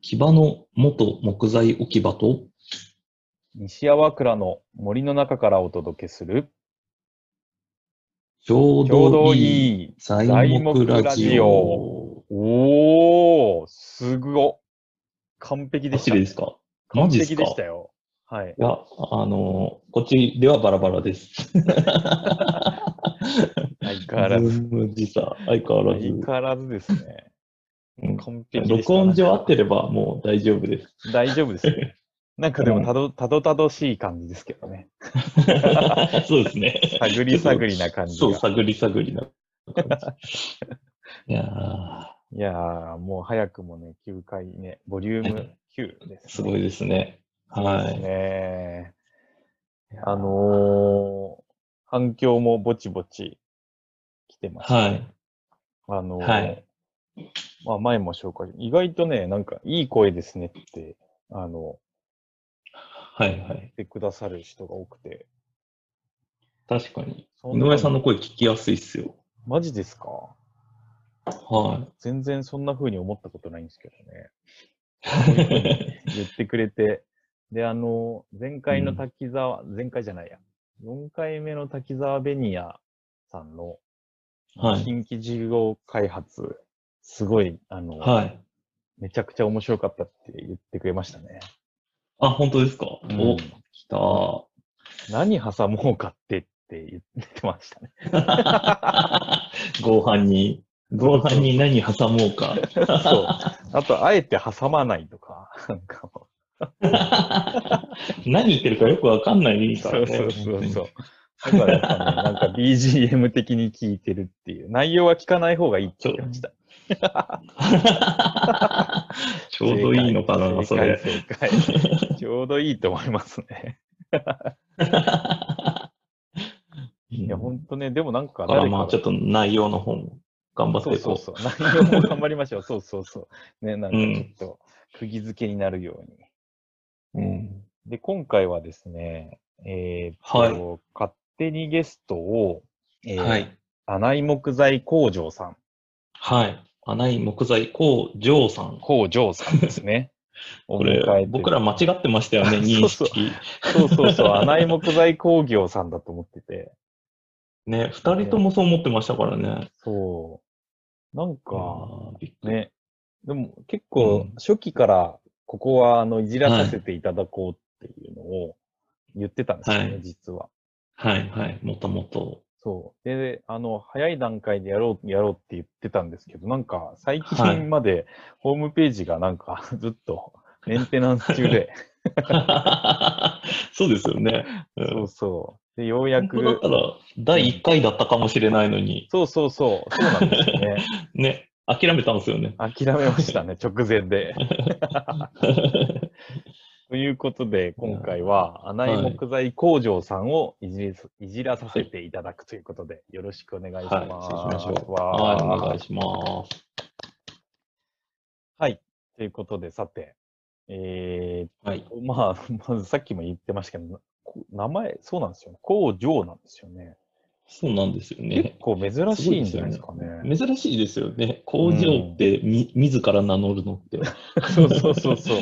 木場の元木材置き場と、 西粟倉の森の中からお届けする、 ちょうちょうどどいいいい材材木ラジ木ラジオ。 オ。 おー、すごっ。完璧でバッした。 チリですか？マ完璧ジっすか？ でしたよ。はい。 いや、こっちではバラバラです。ズ相変わらず。 ーム時差、相変わらず。 相変わらずですね。 うん、 完璧でした。 録音上合ってればもう大丈夫です。 大丈夫ですね。なんかでもうん、 たどたどしい感じですけどね。 そうですね。 探りちょっと、 探りな感じそう、 が。 探り探りな感じ。いやいやー、もう早くもね、9回目、ボリューム9ですね。 すごいですね。 そうですはい。 ね。 いやあの反響もぼちぼち来てまして、 はい。 あのはい。 まあ前も紹介、意外とね、なんかいい声ですねって、 はいはい。 言ってくださる人が多くて、 確かに。井そんなん上さんの声聞きやすいっすよ。 マジですか？ は全然そんな風に思ったことないんですけどね。そういう風に言ってくれて、で、前い。う回のん。 前回じゃないや、4回目の滝沢ベニヤさんの、 はい。 新規事業開発、すごい、 はい。 めちゃくちゃ面白かったって言ってくれましたね。 あ、本当ですか？お、 うん。 来たー。 何挟もうかって言ってましたね。 合板に、合板にそうそうそう。 何挟もうか。 そう。あと、あえて挟まないとか、なんかも何言ってるかよくわかんないう。 からね、 そうそう本当に。 そうそう。だからやっぱね、なんか BGM 的に聞いてるっていう。内容は聞かない方がいいってちょ、 言ってました。 ちょうどいい正解、 のかな、 正解、 それ。 正解。ちょうどいいと思いますね。いや、ほんとね、でもなんかから誰かが、 まあちょっと内容の方も頑張っていこそうそうそう、内容も頑張りましょう。そうそうそう。ね、なう。 んかちょっうん。 と、釘付けになるように。 うん。 で、今回はですね、 はい。 勝手にゲストを、 はい。 穴井木材工場さん、 はい。穴井木材工場さん。 工場さんですね、をこれ、 迎えて、 僕ら間違はい。 ってましたよね、認そうそう、 識。 そうそうそう、穴井木材工業さんだと思ってて、 ね、二人とね、 もそう思ってましたからね。 そう、なんいやか、 ー、びっくり。 ね、でも結構うん。 初期からここはいじらさせはい。 ていただこうっていうのを言ってたんですよね、 はい。 実は。 はい。はい。もともと。 そう。で、早い段階でやろうって言ってたんですけど、なんか最はい。 近までホームページがなんかずっとメンテナンス中で、 そうですよね。うそうん。 そう。で、ようや本当だっく、 たら、第1 うん。 回だったかもしれないのに。 そうそうそう、そうなんですよね。 ね、諦めたんですよね。 諦めましたね、直前で。ということで、 いや今回は、穴井はい。 木材工場さんをいじらさはい。 せていただくということで、よろしくお願いしはい。そうしまします。 ょう。はい。お願いわー。 します。 はい。ということで、さて、 はい。 まあ、まずさっきも言ってましたけど、名前、そうなんですよね。工場なんですよね。 そうなんですよね。 結構珍すごいしいんじゃないですですよね。 かね。 珍しいですよね。 う工場っん。 て自ら名乗るのって。 そうそうそうそう。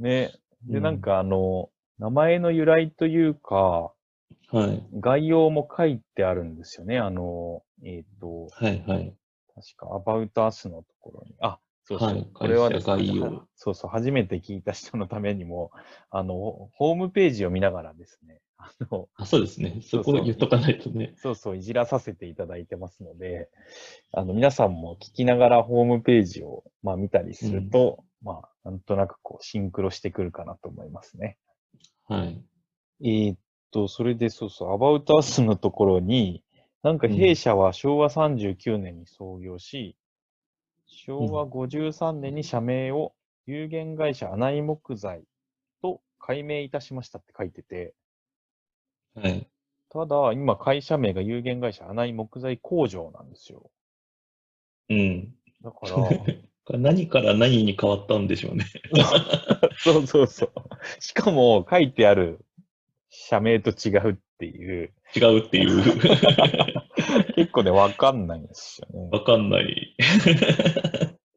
ね。で、なんうん。 か名前の由来というか、 はい。 概要も書いてあるんですよね。 はい、はい。 確か、アバウトアスのところに。あ、そうそう。 はい。 これは会社ですね、 概要。 そうそう、初めて聞いた人のためにも、ホームページを見ながらですね、 あ、そうですね。そそうそう、 こを言っとかないとね。 そうそう、いじらさせていただいてますので、皆さんも聞きながらホームページを、まあ、見たりするうん。 と、まあ、なんとなくこう、シンクロしてくるかなと思いますね。 はい。 えーっそれでそうそう、アバウトアスのところに、なんか弊うん。 社は昭和39年に創業し、昭和うん。 53年に社名を有限会社穴井木材と改名いたしましたって書いてて、 はい。 ただ、今会社名が有限会社穴井木材工場なんですよ。 うん。 だから、 これ何から何に変わったんでしょうね。 そうそうそう。しかも書いてある社名と違うっていう、 違うっていう結構ね、わかんないんですよね。 わかんない。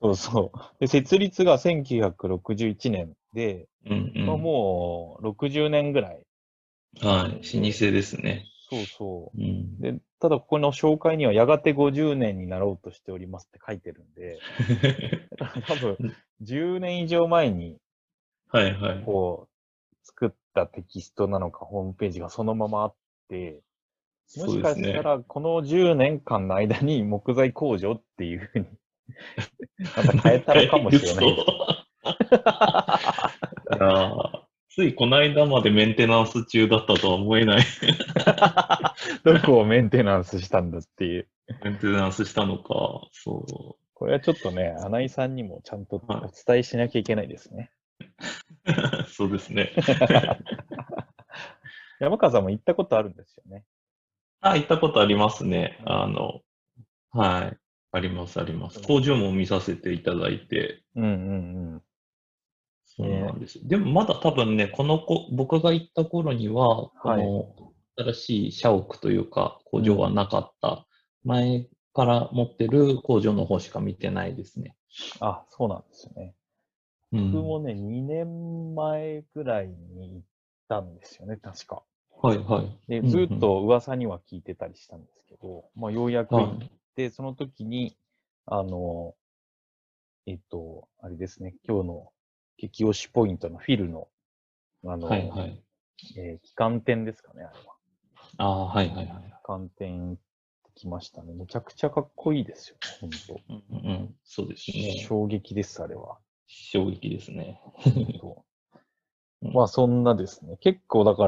そうそう。で、設立が1961年で、 うんうまあ、 ん。 もう60年ぐらいになはい。 るんで、 老舗ですね。 そうそうん。 う。で、ただここの紹介にはやがて50年になろうとしておりますって書いてるんで、だから多分10年以上前にはいはい。 こう作ったテキストなのかホームページがそのままあって、もそうでしかすね。 したらこの10年間の間に木材工場っていうふうにまた変えたのかもしれないですけど。 いやー、ついこの間までメンテナンス中だったとは思えない。 どこをメンテナンスしたんだっていう。 メンテナンスしたのか。そこれはちょっとね、穴井さんにもちゃんとう。はお伝えしなきゃいけないですね。 い。そうですね。 山川さんも行ったことあるんですよね。 あ、行ったことありますね。 うん。 はい。あります、あります。 そうそう。 工場も見させていただいて、 うんうんうん。 そうなんです。でもまだ多分ね、僕が行った頃には、こはい。 の新しい社屋というか工うん。 場はなかった。前から持ってる工場の方しか見てないですね。 あ、そうなんですよね。 うん。 僕もね、2年前ぐらいに行ったんですよね、確か。 はいはい。 で、 うんうずっん。 と噂には聞いてたりしたんですけど、まあ、ようやく行っはい。 て、その時に、あの、あれですね、今日の激推しポイントのフィルの、あの、 はいはい。 旗艦店ですかね、あれは。 ああ、はいはいはい。 旗艦店行ってきましたね。めちゃくちゃかっこいいですよね、ほんと。 うんうんうん。そうですね。 衝撃です、あれは。 衝撃ですね。 ほんと。 うん、 まあ、そんなですね。結構だから、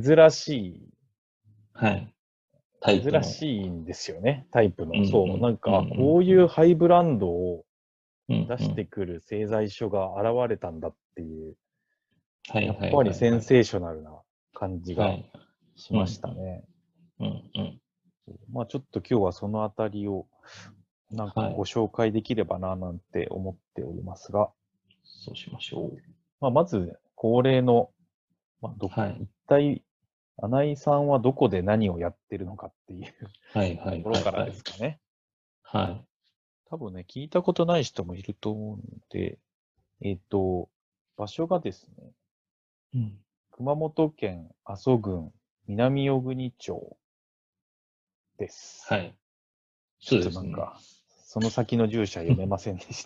珍しはい。タイプ珍の。 しいんですよね、タイプの。 うんうそう。なんんうんか、こういううんハイブランドをうんうん。 出してくる製材所が現れたんだっていう、 はいはいやっぱりはいはい。 センセーショナルな感じがはい。 しましうんたね。 うんうんうん。 まあちょっと今日はそのあたりをなんかはい。 ご紹介できればななんて思っておりますが、 そうしましょう。 まあまず恒例の、まあはい。 一体、穴井さんはどこで何をやってるのかっていうはいはいところからはいはい。 ですかね。 はい。 多分ね、聞いたことない人もいると思うので、えっと、場所がですね、 うん。 熊本県阿蘇郡南小国町です。 はい。 ちょっそうですね。 となんか、その先の住所は読めませんでした。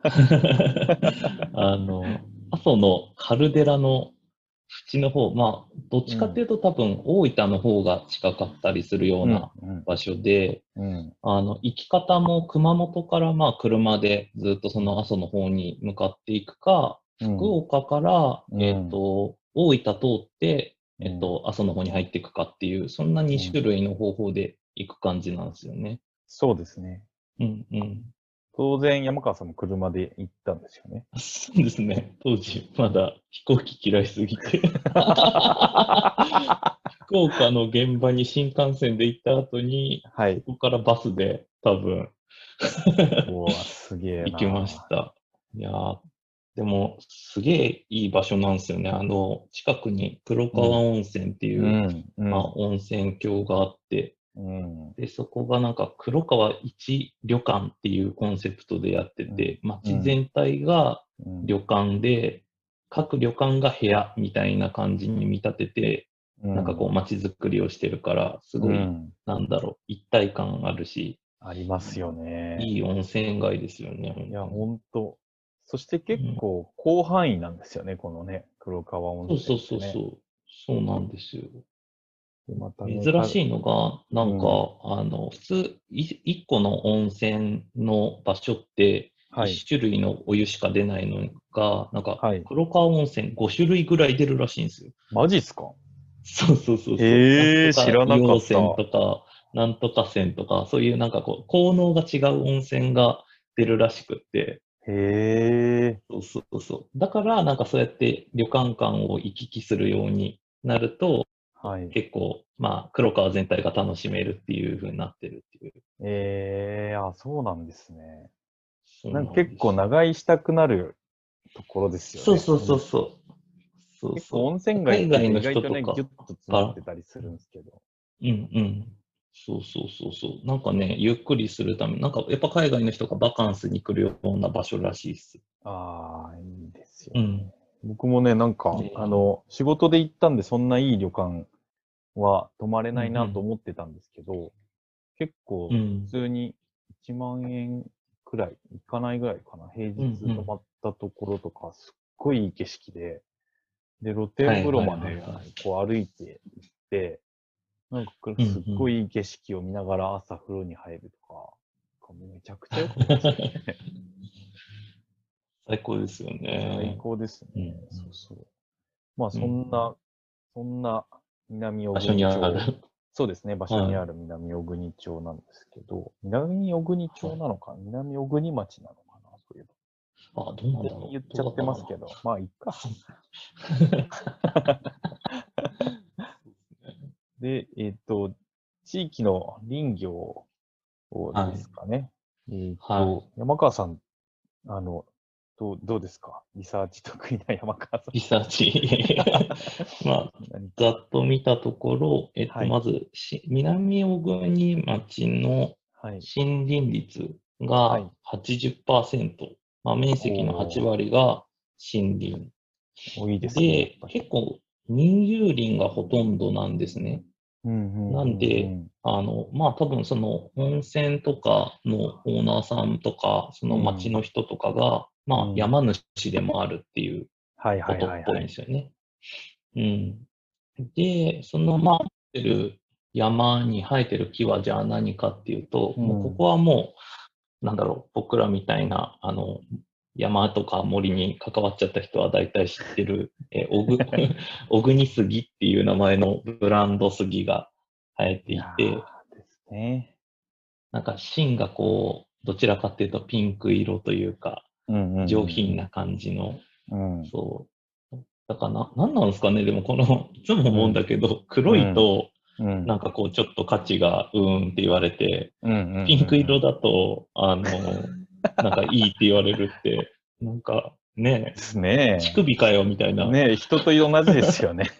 阿蘇のカルデラの縁の方、まあ、どっちかっていうん、 うと多分大分の方が近かったりするよううん、 なうん、 場所で、 うん、 行き方も熊本からまあ車でずっとその阿蘇の方に向かっていくか、福うん、 岡から、 うん、 大分通って、 うん、 阿蘇の方に入っていくかっていう、そんな2 うん。 種類の方法で行く感じなんですよね。 そうですね。 うんうん。 当然、山川さんも車で行ったんですよね。 そうですね。当時、まだ飛行機嫌いすぎて福岡の現場に新幹線で行った後に、 はい。 そこからバスで多分うわ、すげえ行きましな。 た。いやー、でも、すげえいい場所なんですよね。近くに黒川うん、 温泉っていう、 うん、うまあ、 ん、 温泉郷があって、 うん、 で、そこがなんか黒川一旅館っていうコンセプトでやってうん、 て、街うん、 全体がうん、 旅館で、各旅館が部屋みたいな感じに見立てて、 うん、 なんかこう街づくりをしてるから、すごい、 うん。 なんだろう、一体感あるし、 ありますよね。 いい温泉街ですよね、 いや、 本当に。 ほんと。そして結うん、 構広範囲なんですよね、このね、黒川温そうそう泉ってね。 そうそう。そうなんですよ。 で、またね、 珍しいのが、なんか、 うん。 普通、一個の温泉の場所って、 はい。 一種類のお湯しか出ないのが、なんか、 はい。 黒川温泉5種類ぐらい出るらしいんですよ。 マジっすか？ そうそうそうそう。なんへえ、知とからなか硫黄った。 泉とか、なんとか泉とか、そういうなんかこう、効能が違う温泉が出るらしくって、 へえ、 そうそうそう。だから、なんかそうやって旅館間を行き来するようになると、 はい。 結構、まあ、黒川全体が楽しめるっていう風になってるっていう。 ええ、あ、そうなんですね。 そうなんか結構なんですよ。 長居したくなるところですよね。 そうそうそうそう。そう結構温そう。 泉街っ海ていうと意外外の人とね、ギュとかッと詰まっが、 てたりするんですけど。 うんうん。 そうそうそうそう。なんかね、ゆっくりするため、なんかやっぱ海外の人がバカンスに来るような場所らしいっす。 ああ、いいですよね。 うん。 僕もね、なんか、 で、 仕事で行ったんで、そんないい旅館は泊まれうんないなと思ってたんですけど、結構、 うん。 普通に1万円くらい、いかないぐらいかな、平うんうん。 日泊まったところとか、すっごいいい景色で、で、露天風呂はいはいまではいはい。 こう歩いて行って、なんかうんうすっごん。 いいい景色を見ながら朝風呂に入るとか、めちゃくちゃ良かったですね。 最高ですよ最ね。 高ですね。 うんうんそうそう。まあうん。 そんな南小場所に国町、 ある。 そうですね、場所にはい。 ある南小国町なんですけど、南小国はい。 町なのか、南小国町なのかな、そういえば。 あ、どうなんだ先にろう。 言っちゃってどうだったかな。 ますけど、まあいいか。で、地域の林業をではい。 すかね。 はい。 山川さん、あの、どうですかリサーチ得意な山川さん。 リサーチ。まあ、 何か。 ざっと見たところ、 はい。 まず、南小国町のはい。 森林率がはい。 80%、まあ、面積の8 お割が森林。 いいですね、やっで、 ぱり。 結構民有林がほとんどなんですね。 うん、うん、うなんで、 ん、 まあ多分その温泉とかのオーナーさんとか、そのうん。うん、 町の人とかが、まあうん。 山主でもあるっていうはいはいことっぽいんではいはい。 すよね。うん。で、その、まあ、生えてる山に生えてる木はじゃあ何かっていうと、もうここうん。 はもう、なんだろう、僕らみたいな、山とか森に関わっちゃった人は大体知ってる、小国杉っていう名前のブランド杉が生えていやいて、 ーですね。 なんか芯がこう、どちらかっていうとピンク色というか、 うんう上品なん感じの、 うんうん。うん。 そう。だからなんなんですかね、でもこの、いつも思うんうん。 だけど、 う黒いん。 と、 うん。 なんかこう、ちょっと価値がうーんって言われて、 うんうんピンクうんうん。 色だと、なんかいいって言われるって、なんかね、 ですね。 乳首かよみたいな。 ねえ、人と同じですよね。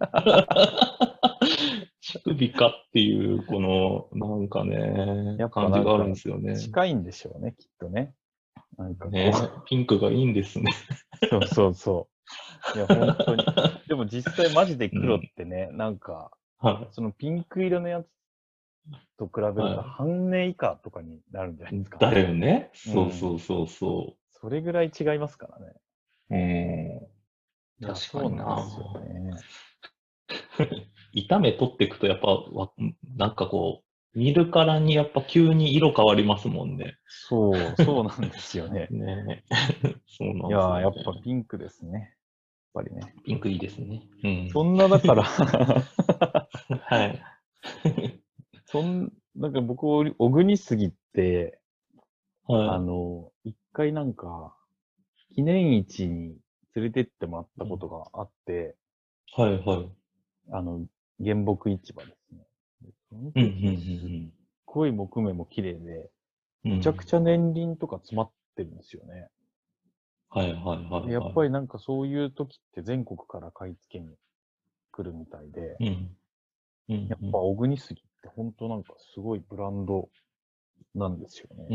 乳首かっていう、この、なんかね、 やっぱ感じがあるんなんか、 ですよね。 近いんでしょうね、きっとね。なんかこう、 ね、ピンクがいいんですね。 そうそうそう。いや、本当に。でも実際マジで黒っうん。 てね、なんか、 はそのピンク色のやつと比べい。 るとは半値以下とかになるんじゃないでい。 すか。 だよね。そうそうん。 うそうそそれぐらい違いますからね。 う。 いや、 確かにな。 そうなんですよね。 炒め取っていくとやっぱ、なんかこう、見るからにやっぱ急に色変わりますもんね。 そうなんですよね。 ねえ。そうなんですよいやー、やっぱね。 ピンクですね。やっぱりね。 ピンクいいですね。うん。 そんな、だからはい。 なんか僕、小国杉って、 はい。 一回なんか、記念市に連れてってもらったうんことがあって、 はいはい。 あの、原木市場ですね。でそのうん、う時、すっん、 ごい木目も綺麗で、 うん、うん。うん。 めちゃくちゃ年輪とか詰まってるんですよね。 はいはいはで、やっいはぱりなんかそういう時って全国から買い付けに来るみたいで、 い。うん。うん、うん。 やっぱ小国杉って本当なんかすごいブランドなんですよね。 うん、うん。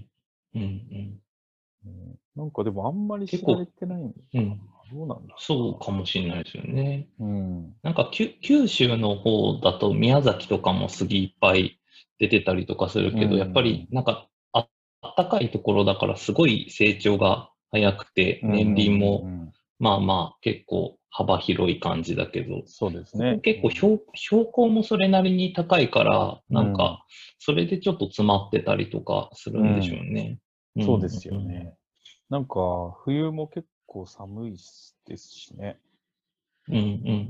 うん、うん。 なんかでもあんまり知られ結構、 てないのかうん。 な。どうなんだそうかもしれないですよね。 ろうな。うん。 なんか九州の方だと宮崎とかも杉いっぱい出てたりとかするうけど、やっぱん。 りなんかあったかいところだからすごい成長が早くて、 うん、 年うん、うん、う輪もん。 まあまあ結構幅広い感じだけど、 そうですここね。 結構標高もそれなりに高いから、 うん。 なんかそれでちょっと詰まってたりとかするんでしょうん。 うね。うん、 そうですうん、 よね。なんか、冬も結構寒いですしね。 うん、うん、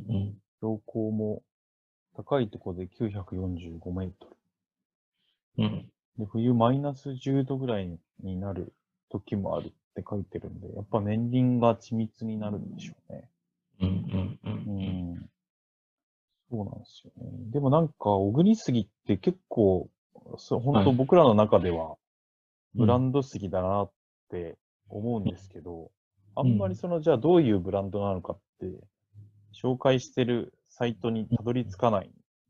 うん。 標高も高いところで945メートル。 うんで、冬マイナス10度ぐらいになる時もあるって書いてるんで、やっぱ年輪が緻密になるんでしょうね。 うんうんううんん。そうなんですよね。でもなんか、小国杉って結構、本当はい。 僕らの中ではうん。 ブランド杉だなって思うんですけど、あんまりうん。 その、じゃあどういうブランドなのかって紹介してるサイトにたどり着かないんで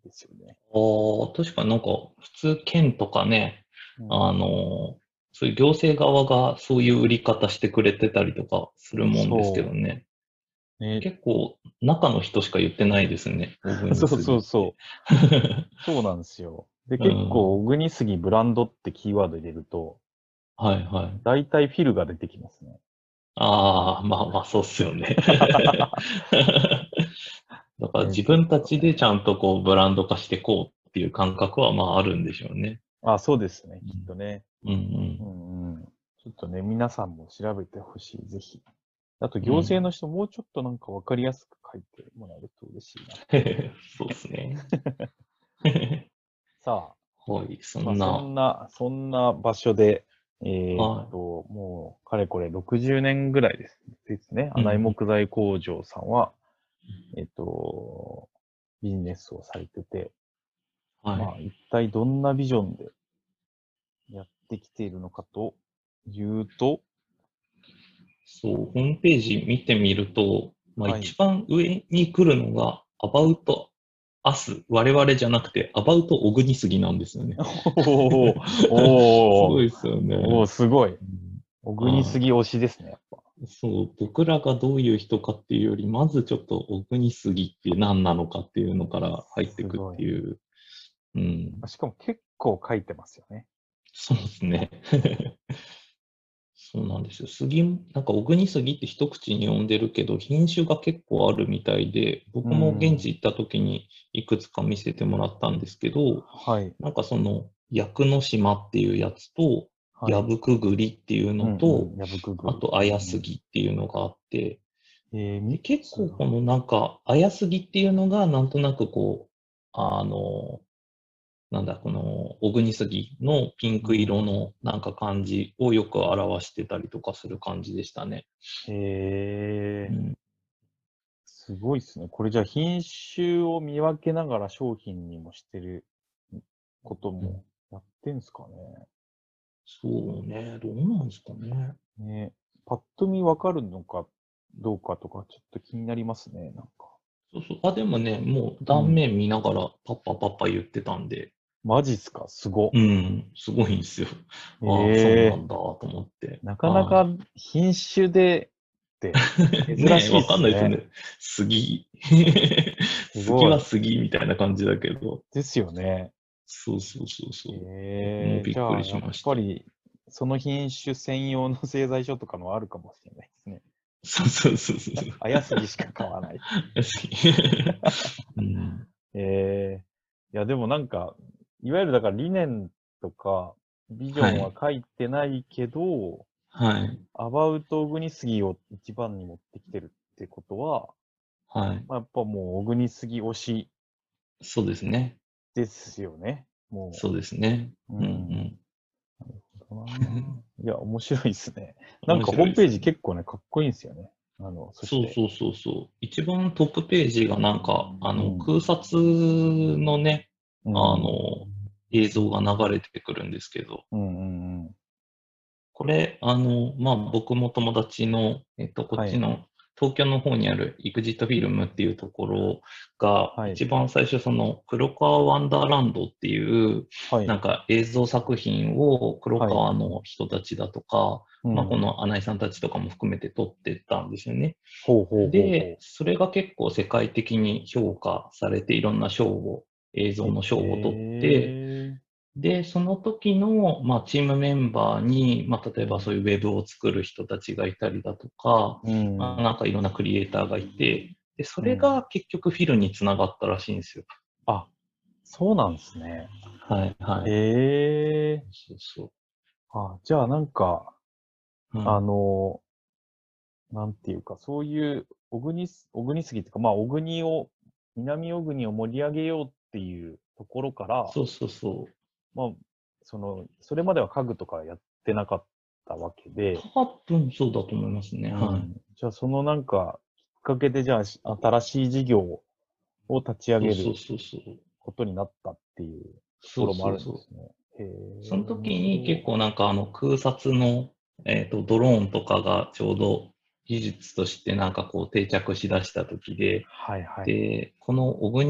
ですよね。 確かになんか、普通、県とかね、 うん、 そういう行政側がそういう売り方してくれてたりとかするもんですけどそね。 う。ね、 結構、中の人しか言ってないですね。小国そうそう杉って。 そう。そうなんですよ。で、 う結構、 ん。 小国杉ブランドってキーワード入れると、 はいはい。 大体フィルが出てきますね。 ああ、まあまあ、そうっすよね。だからね、 自ちょっ分たちでちとね。 ゃんとこうブランド化していこうっていう感覚はまああるんでしょうね。 あ、そうですね、きっとね。 うん。 うんうん。ちょっとね、皆さんも調べてほしい、ぜひ。あと、 うん。 行政の人、もうちょっとなんかわかりやすく書いてもらえると嬉しいな。 そうですね。 さはい、そあ、まあ、 んな、 そんな場所で、 はもう、かれこれ60年ぐらいですね。 い。う穴井ん。 木材工場さんは、ビジネスをされてて、まあ、 はい。 一体どんなビジョンでやってきているのかというと、 そう、ホームページ見てみると、まあはい。 一番上に来るのが、About Us、我々じゃなくて、About 小国杉なんですよね。 おーすごおーいですよおーね。 すごい。 うん、 小国は杉推しですね、やっぱ。 い。そう、僕らがどういう人かっていうより、まずちょっと小国杉って何なのかっていうのから入っていくっすごい。 ていう、うん、 しかも結構書いてますよね。 そうですね。そうなんですよ。なんか小国杉って一口に呼んでるけど、品種が結構あるみたいで、 う僕も現ん。 地行った時にいくつか見せてもらったんですけど、 はい。 なんかその、薬の島っていうやつと、 はい。 矢吹栗っていううのと、 んうん。やぶくぐり。 あと、綾うんうん。 杉っていうのがあって、で、 三結構つ。 このなんか、綾杉っていうのがなんとなくこう、あの、なんだ、この小国杉のピンク色うん。 のなんか感じをよく表してたりとかする感じでしたね。 へえ、 うん。 すごいっすね。これじゃあ品種を見分けながら商品にもしてることうん、 もやってんすかそうね、どうなんですかね。 ね。ね。パッと見わかるのかどうかとかちょっと気になりますね、なんか。 そうそう。あ、でもね、もう断うん。 面見ながらパッパパッパ言ってたんで、 マジっすかすご。 うん、すごいんですよ。ああ、そうなええ、 んだと思って。 なかなかは品種でってい。ねえ、 珍しいっわかんすね。 ないですよね。杉。杉はすごい。 杉みたいな感じだけど。 ですよね。 そうそうそうそう。僕もええ、 びっくりじゃあ、やっしました。 ぱり、その品種専用の製材所とかもあるかもしれないですね。 そうそうそうそう。 あやすぎしか買わない。 うん。 ええ、いや、でもなんか、いわゆるだから理念とか、ビジョンははい。 書いてないけど、 はい。 アバウト小国杉を一番に持ってきてるってことは、 はい。 まあ、やっぱもう小国杉推しそうですね。 ですよね。もそうですね。 う。ううんうん。 ん。 なるほどないや、面白いですね。なん面かホームペー白いですよね。 ジ結構ね、かっこいいんですよね。そして。 そうそうそうそう。一番トップページがなんか、 うん。 空撮のね、あの、 うん。 映像が流れてくるんですけど、 うんうんうん。 これ、まあ、僕も友達の、こっはい。 ちの東京の方にあるエグジットフィルムっていうところが、 はい。 一番最初その黒川ワンダーランドっていう、 はい。 なんか映像作品を黒はい。 川の人たちだとか、まあ、こうん。 の穴井さんたちとかも含めて撮ってたんですよね。 ほうほうほうで、 ほそれが結構世界的に評価されて、いろんな映う。 像の賞を取って、 ええで、その時の、まあ、チームメンバーに、まあ、例えばうん。 そういうウェブを作る人たちがいたりだとか、 うまあ、 ん。 なんかいろんなクリエイターがいて、で、それうん。 が結局フィルにつながったらしいんですよ。 あ、そうなんですね。 はいはい。 ええ、 そうそあ、じゃあなんか、 う。はあい。 の、なんていうか、そういう小国杉っていうか、まあ、南小国を盛り上げようっていうところから、 そうそうそう。 まあ、それまでは家具とかやってなかったわけで、 多分そうだと思いますね。はい。 うん。じゃあ、そのなんか、きっかけで、じゃあ、新しい事業を立ち上そうそうげるそうそう。 ことになったっていうとこそうろもあそうそう。 るんですね。へえ、 その時面に結白構なんか空撮の、ドローンとかがちょうど技術としてなんかこう定着しだした時い。はいはい。 で、この小国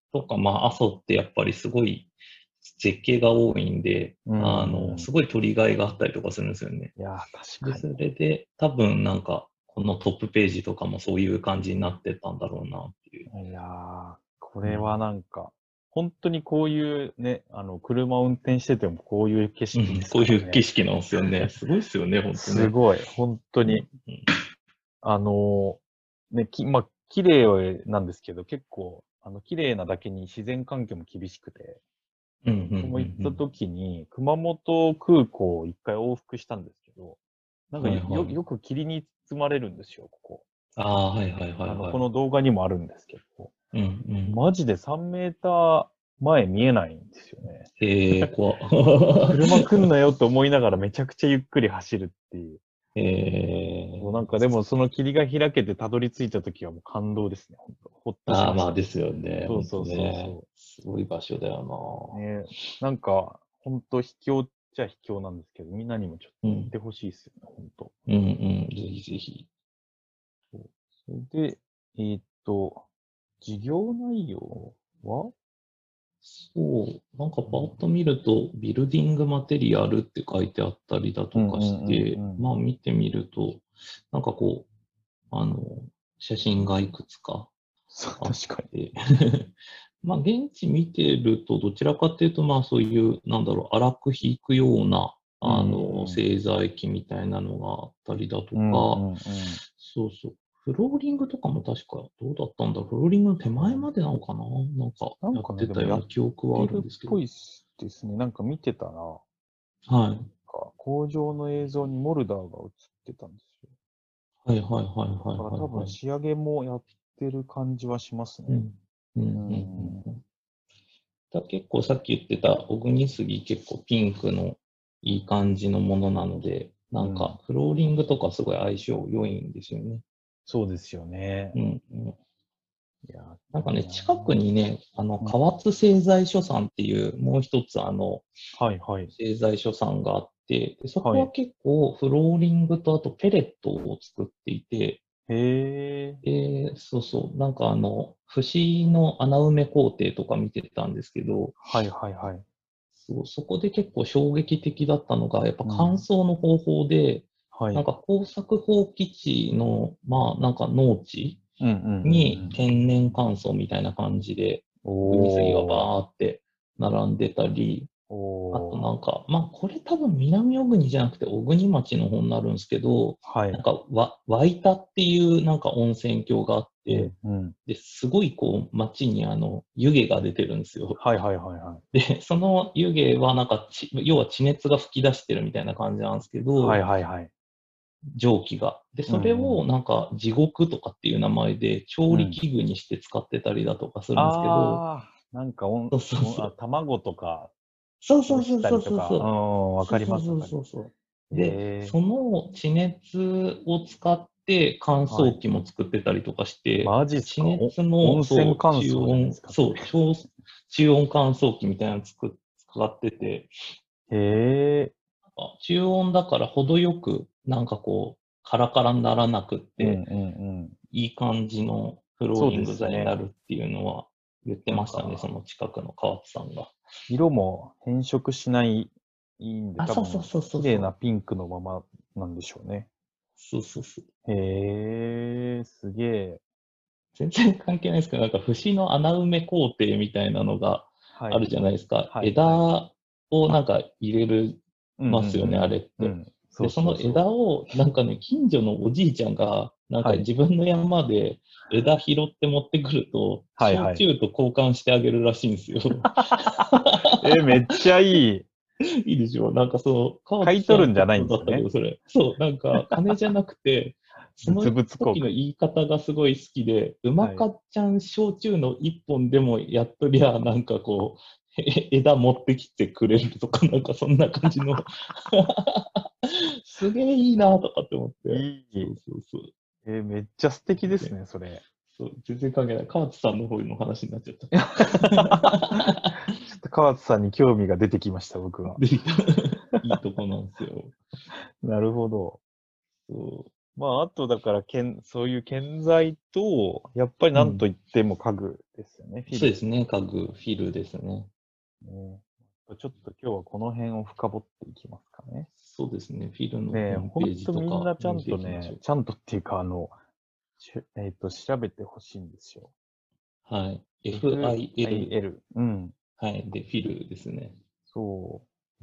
とか、まあ、阿蘇ってやっぱりすごい絶景が多いんで、すごい撮りがいがあったりとかするんですよね。 いやー、 で、 確かに。 それで多分なんか、このトップページとかもそういう感じになってたんだろうなっていう。 いやー、こうん。 れはなんか、本当にこういうね、車を運転しててもこういう景うん、 色ですこういう景からね。 色なんですよね。すごいですよね、ほんとね。 すごい、本当うん、 に。あのまあ、綺麗なんですけど、結構、綺麗なだけに自然環境も厳しくて、 うん、うん、 僕も行ったうん、 時に、熊本空港を一回往復したんですけど、なんかはいはい。 よく霧に包まれるんですよ、ここ。 ああ、はいはいはいこはい。 の動画にもあるんですけど、 うん、うん。 マジで3メーター前見えないんですよね。 へえ、怖っ。 車来んなよと思いながらめちゃくちゃゆっくり走るっていう。もうなんかでもその霧が開けてたどり着いた時はもう感動ですね、本当ほっとしああ、 ました。 まあですよね。ほんとそうそうそうね。 そすごい場所だう。 よね、なんか、本当秘境っちゃ秘境なんですけど、みんなにもちょっな。うん。 と行ってほしいですよね、本当。 うんうん。ぜひぜひ。 そうそれで、授業内容はそう。なんかうん、 パッと見ると、ビルディングマテリアルって書いてあったりだとかうんうんして、 うんうん。 まあ見てみると、なんかこう、あの、写真がいくつかそう、 あっ確かに。 て、まあ現地見てると、どちらかっていうと、まあそういう、なんだろう、荒く引くような、 うんうんうん。 製材機みたいなのがあったりだとうんうか、 んうん。 そうそう。フローリングとかも確かどうだったんだろう。フローリングの手前までなのかな、なんかやっなんかね、でもやってたような記憶はあてるっるんですけど。 ぽいですね。なんか見てたら、 はい。 工場の映像にモルダーが映ってたんですよ。 はいはいはいはいだから多分はいはい。 仕上げもやってる感じはしますね。 うん。うん、うん、 ううん。 ん。 うん。結構さっき言ってた小国杉結構ピンクのいい感じのものなので、なんうん。 かフローリングとかすごい相性良いんですよね。 そうですよね。 うん、うん。 いや、 なんかね、 いいな近くにね、 ぁ。うん。 河津製材所さんっていう、もう一つはいはい。 製材所さんがあって、でそこははい。 結構フローリングとあとペレットを作っていて、 へえ。 そうそう、なんか節の穴埋め工程とか見てたんですけど、 はいはいはい。 そう、そこで結構衝撃的だったのが、やっぱうん。 乾燥の方法で、 はい。 なんか耕作放棄地の、まあなんか農地うんうんうんうにん。 天然乾燥みたいな感じで、小国杉がおー。 バーって並んでたり、あとおー。 なんか、まあこれ多分南小国じゃなくて小国町の方になるんですけど、 はい。 なんか湧田っていうなんか温泉郷があって、 うんうん。 で、すごいこう町に湯気が出てるんですよ。 はいはいはいはい。 で、その湯気はなんか要は地熱が吹き出してるみたいな感じなんですけはいど、 はいはい。 蒸気が。で、 うんそれうん。 をなんか地獄とかっていう名前で調うん。 理器具にして使ってたりだとかするんですけど、 ああ、なんかそうそうそう。 卵とかそうそう落ちそうそうたりとか、 そうそう。 わかります、わそうそうそうかります。 そうそう。で、 へえ、 その地熱を使って乾はい。 燥機も作ってたりとかして、地マジっすか？ 熱の、 温泉そう、 乾燥じゃないですか、それ。 中温乾燥機みたいなの使ってて、 へえ、 中温だから程よく、なんかこう、カラカラにならなくっうんて、 うんうん。 いい感じのフローそうリングですね。 材になるっていうのは言ってなんましたね、そか、 の近くの川津さんが。 色も変色しないいいんで、 あ、 多分、 そうそうそうそう綺麗そう。 なピンクのままなんでしょうね。 そうそうそう。 へえ、すげえ。 全然関係ないですけど、なんか節の穴埋め工程みたいなのがはい。 あるじゃないですか。 はいはい。 枝をなあ、 んか入れるうんうますよね、あんれって。 うん。うん。そで、 うその枝そうそう。 を、なんかね、近所のおじいちゃんが、なんかはい。 自分の山で枝拾って持ってくると、焼はいはい。 酎と交換してあげるらしいんですよ。 めっちゃいい。 いいでしょなんかそう、川買津さんとい取るんじゃないんですね。 こだったけど、それ。そう、なんか金じゃなくて、その物々交時の換。 言い方がすごい好きで、うまはい。 かっちゃん焼酎の一本でもやっとりゃ、なんかこう、枝持ってきてくれるとか、なんかそんな感じのすげえいいなとかって思って。 いい。 そうそうそう。 めっちゃ素敵ですでね、それ。 そう、全然関係ない。川津さんの方の話になっちゃった。 ちょっと川津さんに興味が出てきました、僕は。 で、いいとこなんですよ。 なるほど。 そう。 まあ、あとだから、そういう建材と、やっぱりなんといっても家具ですよね、フィル。 そうですね。家具、フィルですね。 ね、ちょっと今日はこの辺を深掘っていきますかね。 そうですね。フィルのホね、 ームページほんとみんとかなちゃん見てとね、 いきましょう。 ちゃんとっていうか、調べてほしいんですよ。 はい。FIL。 FIL。うん。 はい。で、フィルですね。 そう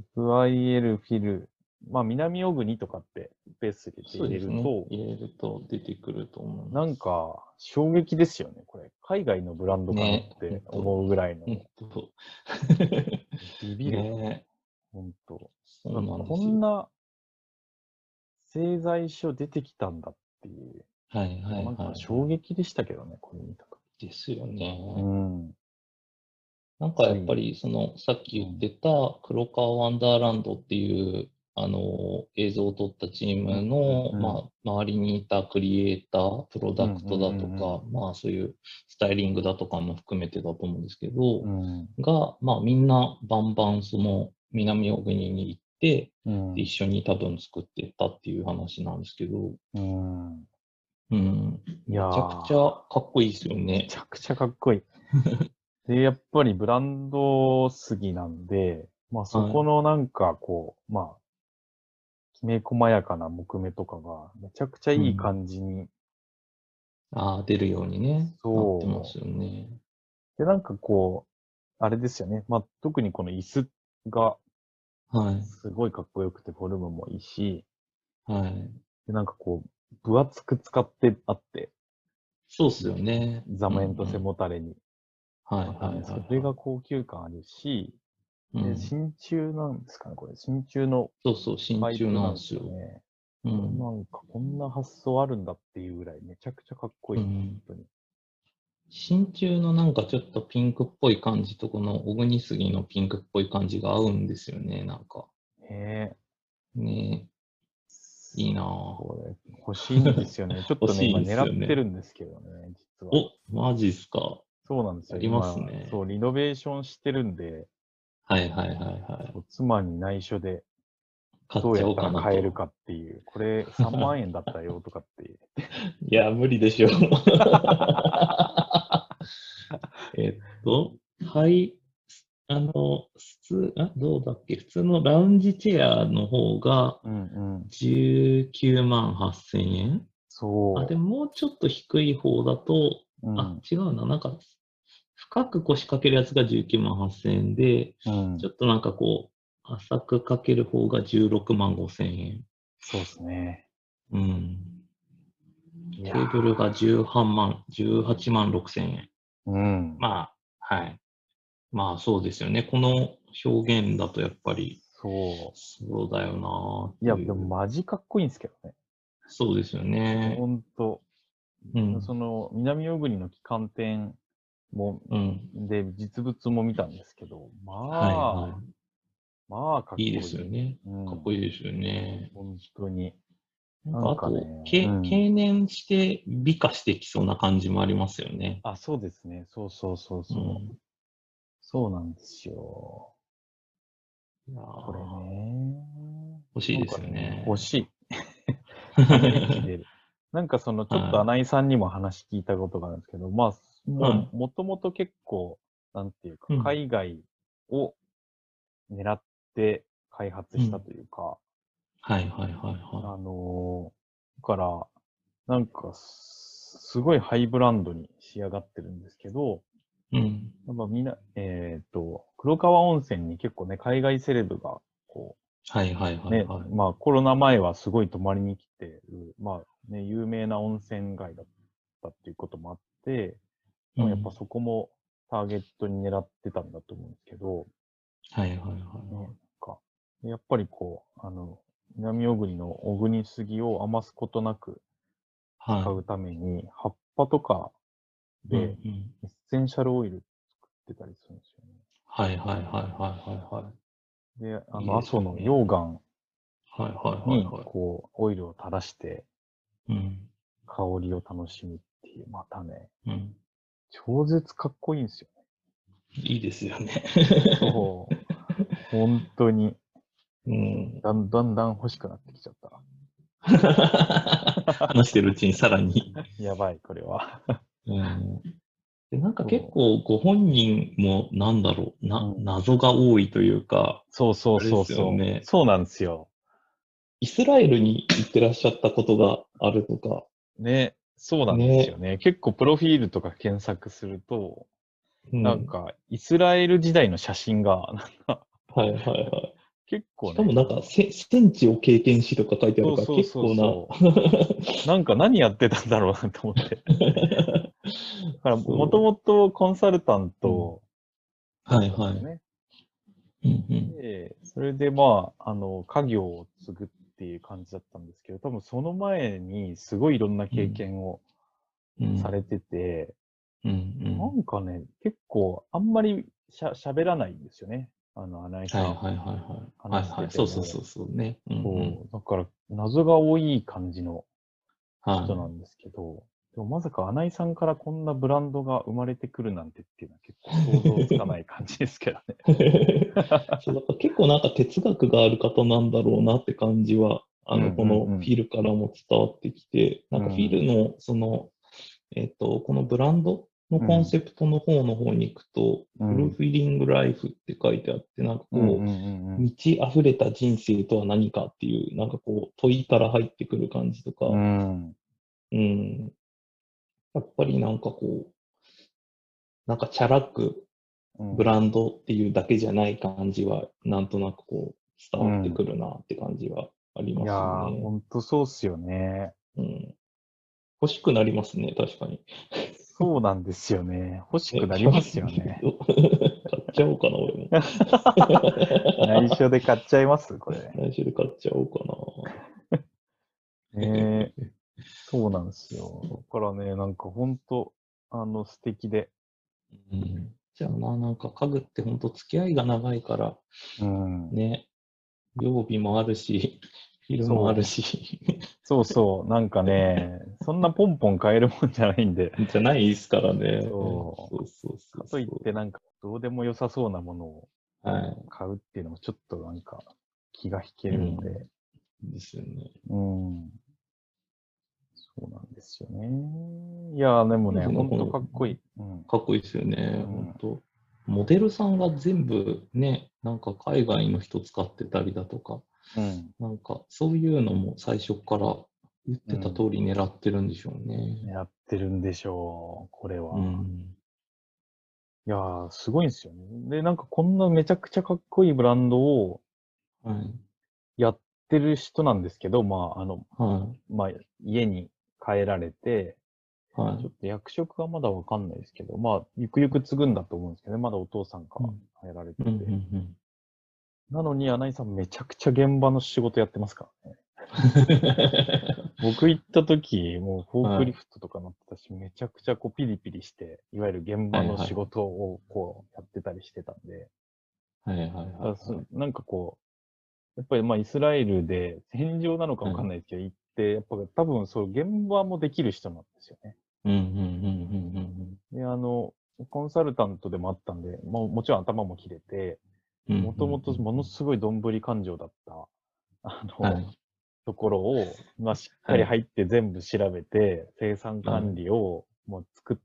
。FIL フィル。まあ、南小国とかってベース入れてそう入れですね。 ると、 入れると出てくると思いまなんす。 か、衝撃ですよね、これ。海外のブランドかなっね、ほんてと、 思うぐらいの、 ほんと。 ビビる。 ね、 ほんと。 そうなんでこすよ。 んな製材所出てきたんだっていう、 はいはいなんかはいはい。 衝撃でしたけどね、これ見たとですよき。うね。 ん。 なんかやつい、 っぱり、さっき言っうん。 てた黒川ワンダーランドっていう、映像を撮ったチーうん、 ムの、 うん、 まあ、周りにいたクリエイター、プロうん、うダクトだとん、 か、まあ、そういうスタイリングだとかも含めてだと思うんですけど、 うん、うん。 まあ、みんなバンバンその南小国に行って、で一うん、 緒に多分作ってったっていう話なんですけど、 うん。 うん、 いやめちゃくちゃー、 かっこいいですよめね。 ちゃくちゃかっこいい。で、やっぱりブランド杉なんで、まあそはい。 このなんかこう、まあ、きめ細やかな木目とかが、めちゃくちゃいいうん。 感じに、 ああ、出るようにね、なってまそすよね。 う。で、なんかこう、あれですよね。まあ特にこの椅子がはい。 すごいかっこよくてフォルムもいいし、 はい。 で、なんかこう、分厚く使ってあって、 そうっすよね。 座うんう面と背ん。 もたれに。 はいまたね、 はいはいそれがは高級感あるし、 い。うで、 ん。 真鍮なんですかね、これ。真鍮のそうそう、真パイ鍮プなんですなんですよ。 よね。 うん。 なんか、こんな発想あるんだっていうぐらい、めちゃくちゃかっこいい。本うん。 当に。 真鍮のなんかちょっとピンクっぽい感じとこの小国杉のピンクっぽい感じが合うんですよね、なんか。 ええ、 ねえ、いいなぁ。 これ、欲しいんですよね。ちょっとね、今欲しいです狙ってよね。 るんですけどね、実は。 お、マジっすか。 そうなんですよ。 あります今、そね。 う、リノベーションしてるんで、 はいはいはいはい。 そう妻に内緒で、 買っちゃおうどうやったらかなと。 買えるかっていう、これ3万円だったよとかっていや、無理でしょ。はい、どうだっけ、普通のラウンジチェアの方がうんうん。 19万8000円。あ、でそももうちょっと低い方だと、 う。うあ、 ん。 違うな、なんか、深く腰掛けるやつが19万8000円で、 うん。 ちょっとなんかこう、浅くかける方が16万5000円。 そうですね。 うん。 いやテーブルが18万6000円。 ー。うん。 まあ、はい。まあそうですよね。この表現だとやっぱり、 そそうだよなっう。いや、でもていう。 マジかっこいいんですけどね。 そうですよね。 ほんと。 うん。 その、南小国の旗艦店も、 うん。 で、実物も見たんですけど、 はいはまあ、かっい。いいでこいい。 すよね。 うん。 かっこいいですよね。 本当に。 なんなんかあと、 かね、うん。 経年して美化してきそうな感じもありますよね。 あ、そうですね。そうそうそうそう。 うん。 そうなんですよ。 いやこれー、 ね。 欲しいですよなんかね、欲ね。 しい。ため息出る。なんかその、ちょっとは穴井さんにも話聞いたことがあるんですけど、まあ、 い。はもう、もともと結構、なんていうか、 い。うん。 海外を狙って開発したうん。 というか、 はいはいはいはだから、なんか、すごいハイブランドに仕上がってるんですけど、 い。うん。 やっぱみんな、黒川温泉に結構ね、海外セレブが、こはいはいう、ね、 はいはい。 まあコロナ前はすごい泊まりに来てる、まあね、有名な温泉街だったっていうこともあって、 うん。 多分やっぱそこもターゲットに狙ってたんだと思うんですけど、 はいはいはいね、なんはい。 か、やっぱりこう、南小国の小国杉を余すことなくはい。 使うために、葉っぱとかうんでうん。 エッセンシャルオイル作ってたりするんですよね。 はいはいはいはいはいはで、 い。いいです阿蘇のよね。 溶岩はいはいはいに、 はこう、オイルを垂らしてい。うん。 香りを楽しむっていう、またね、 うん。 超絶かっこいいんですよね。 いいですよね。 そう。本当に、 うん。 だんだん欲しくなってきちゃった。 話してるうちにさらに。 やばい、これは。 うん、で、なんか結そ構ご本人もなんだろう、 う。うん。 謎が多いというか、 そうそうあれですよそうそう。 ね。 そうなんですよ。 イスラエルに行ってらっしゃったことがあるとか、 ね。そうなんですよね。 ね。結構プロフィールとか検索すると、 うん。 なんか、イスラエル時代の写真が、なんか、 はいはいはい。 結構ね、 しかもなんか、戦地を経験しとか書いてあるから、 そうそう結構なそうそう。なんか何やってたんだろうなと思って。だから、もとそもとコンサルタンう。うん。 トだっはいはい。 たんですよね。 うんうん。 で、それでまあ、家業を継ぐっていう感じだったんですけど、多分その前にすごいいろんな経うん。 験をうん。 されてて、 うんうなん。 んかね、結構あんまり喋らないんですよね。穴井さん。 はいはいはいはい。はい話してはい。そうそうそても。 うそうね。うんうん。 そう。だから、謎が多い感じの人なはんですけど、でもまさか穴井さんからこんなブランドが生まれてくるなんてっていうのは結構想像つかない。 い感じですけどね。 そう、だから結構なんか哲学がある方なんだろうなって感じは、 うんこのフうんィルからも伝わってきて、なんかフィうん。 ルの、このブランドのうん。 コンセプトの方に行くと、フルうん。 フィリングライフって書いてあって、なんかうんうこう、 んうん満ち溢れた人生とは何かっていう、なんかこう、問いから入ってくる感じとうか、 ん。 うん、やっぱりなんかこう、なんかチャラくうん。 ブランドっていうだけじゃない感じは、なんとなくこう、伝わってうん。 くるなって感じはありまいやー、 すよね。 ほんとそうっすよね。 うん。欲しくなりますね、確かに。 そうなんですよね。欲しくね、 なりますよね。 買っちゃおうかな、俺も。 内緒で買っちゃいますこれ。 来週で買っちゃおうかねえ、そうなんですよ。 な。 だからね、なんかほんと、素敵で。 うん。じゃあな、なんか家具って本当付き合いが長いから、 うん。 ね、曜日もあるし、昼もあるそう。 し、 そうそう。なんかね、そんなポンポン買えるもんじゃないんで。 じゃないですからね。 そう。 そうそうそうかといっそてなんか、どうでも良さそうなものをう。はい。 買うっていうのもちょっとなんか、気が引けうん。 るんで。 ですよね。 うん。そうなんですよね。いやー、でもね、ほんと当時のこの、 かっこいい。うん。 かっこいいですよね。 うん。 本当モデルさんが全部ね、なんか海外の人使ってたりだとか、 うん。 なんかそういうのも最初から言ってた通うん。 り狙ってるんでしょうね。 やってるんでしょう、これうは。 ん。 いやー、すごいんですよね。で、なんかこんなめちゃくちゃかっこいいブランドをはい。 やってる人なんですけど、 はまあ、家に帰られて、 い。はい。 ちょっと役職はまだわかんないですけど、まあ、ゆくゆく継ぐんだと思うんですけどね、まだお父さんがうん。 やられうん。うてて。 ん。 なのに、穴井さんめちゃくちゃ現場の仕事やってますからね。僕行った時、もうフォークリはい。 フトとか乗ってたし、めちゃくちゃこうピリピリして、いわゆる現場はい。 の仕はい。 事をこうやってたりしてたんで、 はい。はい。 だはい。 なんかこう、やっぱりまあイスラエルで戦場なのかわはい。 かんないですけど、行って、やっぱ多分そう現場もできる人なんですよね。 うん。うん。うん。うん。 で、コンサルタントでもあったんで、もちろん頭も切れて、 うん。うん。 もともともうん。 のすごいどんぶり感情だった、あの、 はい。 ところを、まあ、しっかはい。 り入って全部調べて、生産管はい。 理をもう作って、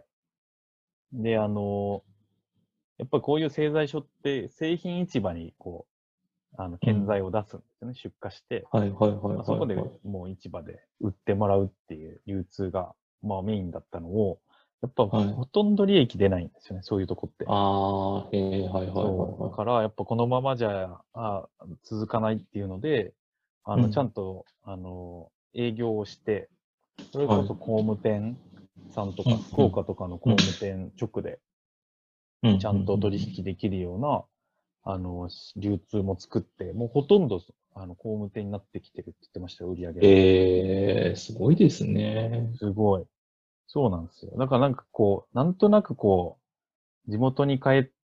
で、やっぱりこういう製材所って製品市場にこう、建うん。 材を出すんですよね。出荷して。 はい。はい。はい。 まあ、そこではい。 もう市場で売ってもらうっていう流通が、まあメインだったのを、やっぱはい。 ほとんど利益出ないんですよね。そういうとこって。 ああ、へえ、はい。はい。はい。 そう。だはからやっぱこのままじゃ、続かないっていうので、 い。うん。 ちゃんと、営業をして、それはい。 こそ工務店さんとか、 うん。 福うん。 岡とかのうん。 工務店直で、 うん。うん。 ちゃんと取引できるような、流通も作って、もうほとんど、工務店になってきてるって言ってましたよ、売り上げは。 ええ、すごいですね。 すごい。そうなんですよ。だからなんかこう、なんとなくこう、地元に帰って、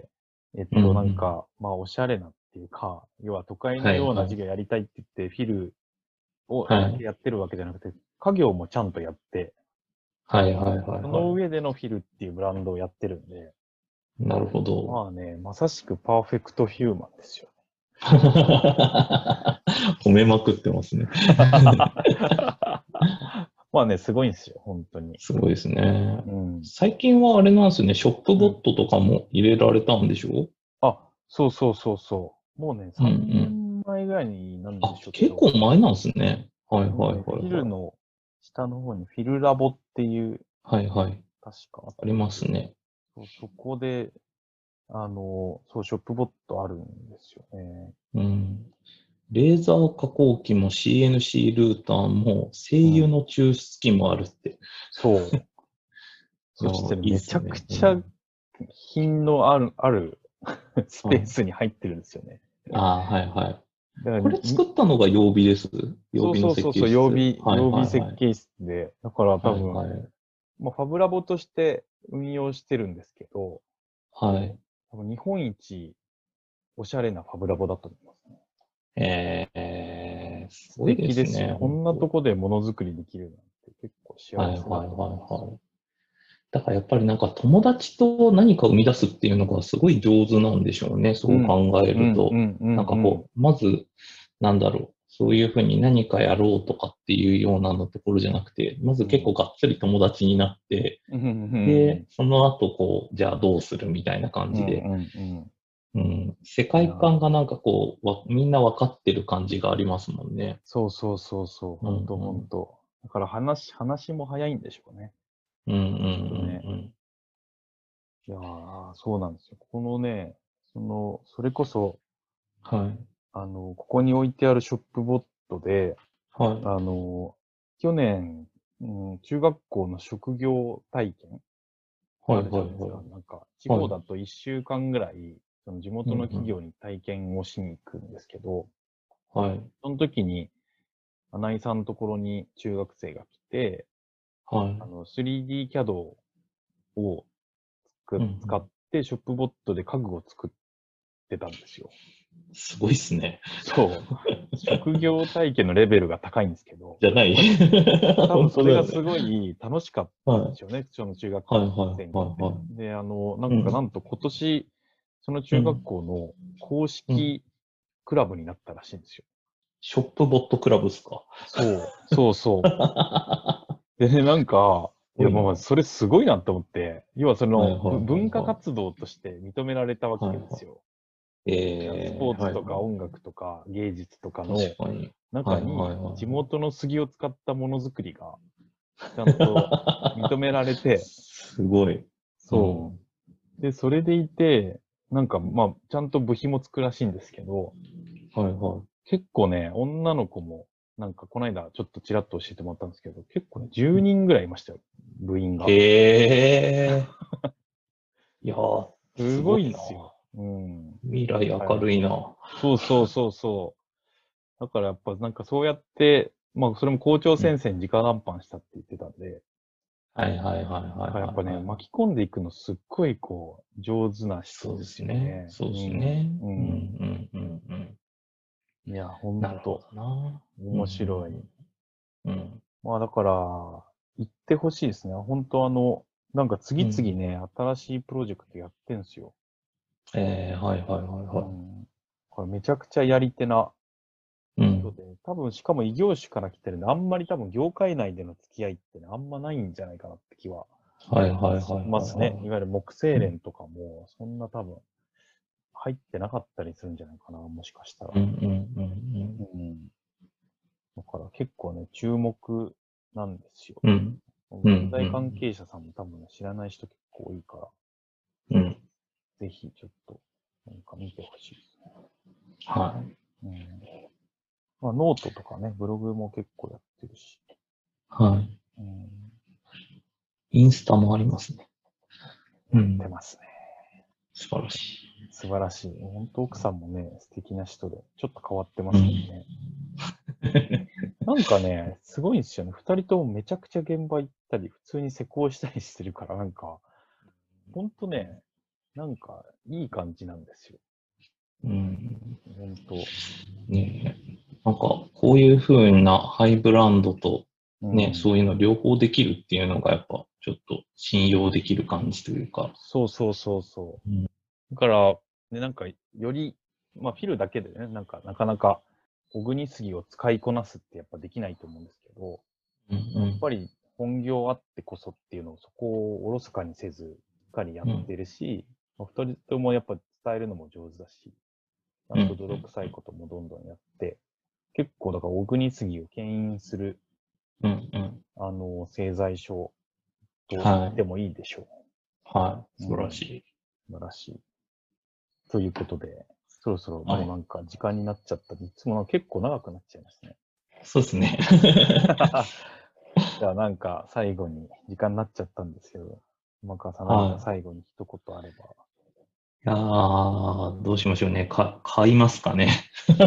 うん。うん。 なんか、まあ、おしゃれなっていうか、要は都会のはい。 ようなはい。 事業やりたいって言って、フィルをだけはい。 やってるわけじゃなくて、家業もちゃんとやって、 はい。はい。はい。 そのは上でのフィルっていうブランドをやってるんで、 い。なるほど。 まあね、まさしくパーフェクトヒューマンですよ。 褒めまくってますね。 まあね、すごいんですよ、本当に。 すごいですね。 うん。 最近はあれなんですね、ショップうん。 ボットとかも入れられたんでしょ？ あ、そうそうそうそう。もうね、 うんう 3 ん。 年前ぐらいになるんであ、 しょうけ結ど、 構前なんですね。はいはいはいもうね、フィルはい。 の下の方にフィルラボっていう、 はいはい。 確かあっありたんですけど、 ますね。 そこで、そう、ショップボットあるんですよね。 うん。レーザー加工機も CNC ルーターも声うん。 優の抽出機もあるって。 そう。 いやそしてね、 いいっめちゃくすね。うちゃん。 品のあるスペーはい。 スに入ってるんですよね。 ああ、はいはい。 だからこれ作ったのが曜日です？曜そう日のそうそうそう、 設計室。はい曜日はいはい。 設計室で、だから多分、 はいはい。 まあ、ファブラボとして運用してるんですけど、 はい。 多分日本一おしゃれなファブラボだと思いますね。 す素ごいですね、 敵ですよ。こんなと本当。 こでものづくりできるなんて結構はい幸せだとはいはい思います。 はい。だからやっぱりなんか友達と何か生み出すっていうのがすごい上手なんでしょうね。そううん、 考えうん、うると。 ん、うん、 なんかうん。 こう、まず、なんだろう。そういうふうに何かやろうとかっていうようなのところじゃなくて、まず結構うん、 がっつり友達になって、 うん、うん、 で、その後こう、じゃあどうするみたいな感うん、 じで、 うん、うん。 うん、世いや界観がー、 なんかこう、みんな分かってる感じがありますもんね。 そうそうそうそう、 うんほんとほんうん。 と。だから話も早いんでしょうね。 うんうんきっとね。 うんいやー、そうなんですよ。このね、それこそ、 うん。はい。 ここに置いてあるショップボットで、 はい。 あの、去年、中学校の職業体験あるじはいはいゃないですか。なんか、地はい。はい。 方だと1週間ぐらい、その地うん元の企業に体験をしに行くんですけど、 うん。はい。 その時に、穴井さんのところに中学生が来て、 はい。 3D キャドをうんうん。 使ってショップボットで家具を作ってたんですよ。 すごいっすね。 そう。職業体験のレベルが高いんですけど、 じゃない。 多分本それがす当だよね。 ごい楽しかったんはい。 ですよね、その中学はいはい生にとって。 はいはで、ない。 んかなうん。 んと今年、その中学うん。 校の公うん。 式クラブになったらしいんですよ。 ショップボットクラブっすか？ そう、そうそすう。でね、なんか、いや、 ごいな。はそれすごいなと思って、要はそいはいの、 はい文化は活動として認められたわい。はいはけですよ。 い。 スポーツとかはいは音楽とか芸術とかい。 の確かに。はいはい中に地は元の杉を使ったものづくりがちゃんと認められい。 て、 すごい。うそん。 う。で、それでいて、なんかまあ、ちゃんと部品もつくらしいんですけど、 はいは結構ね、女の子も、なんかこの間ちょっとちらっと教えてもらったんですけど、結構ね、10人ぐらいいましたよ、部員い。 が。 へえ。いやー、 すごすごいな。 いんですよ。うん。 未来だから、 明るいな。 そうそうそうそう。だからやっぱなんかそうやって、まあそれも校長うん。 先生に直談判したって言ってたんで、 はいはいはいはいだからやっぱね、 はいはい。 巻き込んでいくのすっごいこう、上手な人そうでですすね。 よね。 そうですうん。 ね。 ううんん。 うんうんうん。 いや、ほんなるほと、 どな。うんう面白い。 んうん。 まあだから、行ってほしいですね。本当なんか次うん。うん。 々ね、新しいプロジェクトやってんすよ。 はいはいはいはうん。これめちゃくちゃやり手ない。うん。 人で、多分しかも異業種から来てるんで、あんまり多分業界内での付き合いってね、あんまないんじゃないかなって気ははいはいはいしはいますね。いはわゆる木製い。うん。 連とかも、そんな多分入ってなかったりするんじゃないかな、もしかしたら。 うんうんうんうん。だから結構ね、注目なんですよ。 うん。うん。うん現代関うん係者さんも多分ね知らない人結構多いから、 うん。 ぜひちょっと、なんか見てほしいですね。 はうん。まあ、ノートとかね、ブログも結構やってるし。 い。はい。 うん。 インスタもありますね。うやってん。 ますね。 素晴らし素晴らしい。本当奥さんもね、素敵な人で、ちょっと変わってまい。うすけどん。 ね。なんかね、すごいんですよね。二人ともめちゃくちゃ現場行ったり、普通に施工したりしてるから、なんか、ほんとね、なんか、いい感じなんですよ。 うん。 ほんと。 ねえ。なんか、こういう風なハイブランドと、ね、 うん。 そういうの両方できるっていうのがやっぱ、ちょっと信用できる感じというか。 そうそうそうそう。 うん。 だから、ね、なんか、よりまあフィルだけでね、なかなか小国杉を使いこなすってやっぱできないと思うんですけど、 うんうん。 やっぱり本業あってこそっていうのをそこをおろそかにせず、しっかりやっうん。 てるし、まあ二人ともやっぱ伝えるのも上手だし、ちゃうん。 んと泥臭いこともどんどんやって、結構だから小国杉を牽引する、 うん。うん。 製材所と言っはい。 てもいいでしょはい。 う。 素晴うん。 らしい。 素晴らしい。ということで、そろそろはい。 もうなんか時間になっちゃったんで、いつもなんか結構長くなっちゃいますね。 そうですね。 じゃあなんか最後に時間になっちゃったんですけど、馬川さん何かは最後に一言あれば。 い。いやー、どうしましょうね。買いますかね。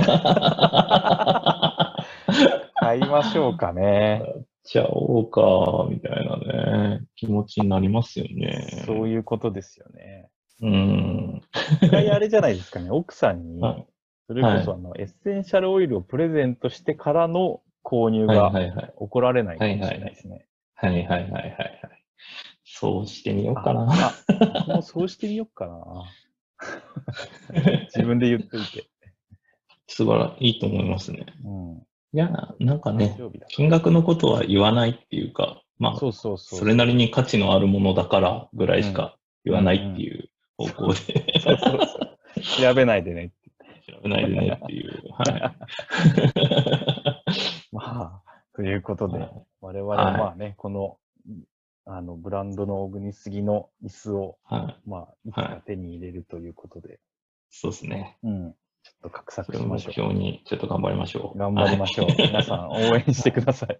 買いましょうかね。 ちゃおうか、みたいなね、気持ちになりますよそうね。 いうことですよね。 うん。 一回あれじゃないですかね。奥さんに、 はい。 それこはい。 そエッセンシャルオイルをプレゼントしてからの購入はい。 がはい。はい。 怒られないはい。 かもしはい。 れないですね。 はい。はい。はい。はい。そうしてみようかあ、 な。 僕もそうしてみようかな。自分で言っといて。 いいと思いますね。 うん。 いや、なんか誕ね、 生日だから。 金額のことは言わないっていうか、まあ、 そうそうそうそれなりそに価値のあるものだからぐらう。うん。 いしか言うんわないっうん。 ていう方そう向でそうそうそう。調べないでね。 調べないでねっていう、はい。 まあ、ということで、 はい。 我々もはい。 まあね、この、ブランドの小国杉の椅子を、 はい。 まあ、いつかはい。 手に入れるということで、 そうですね。 うん。ちょっと画それを目策しましょ標にちょっと頑張りましう。 ょう。 頑張りはい。 ましょう。皆さん応援してください。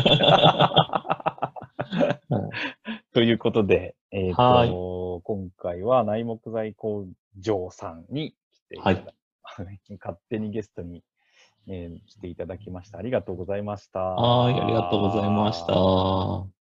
ということで、 はい。 今回は内木材工場さんに来ていはい。 ただ勝手にゲストに、来ていただきました。ありがとうございましはい。ありがとうございました。 た。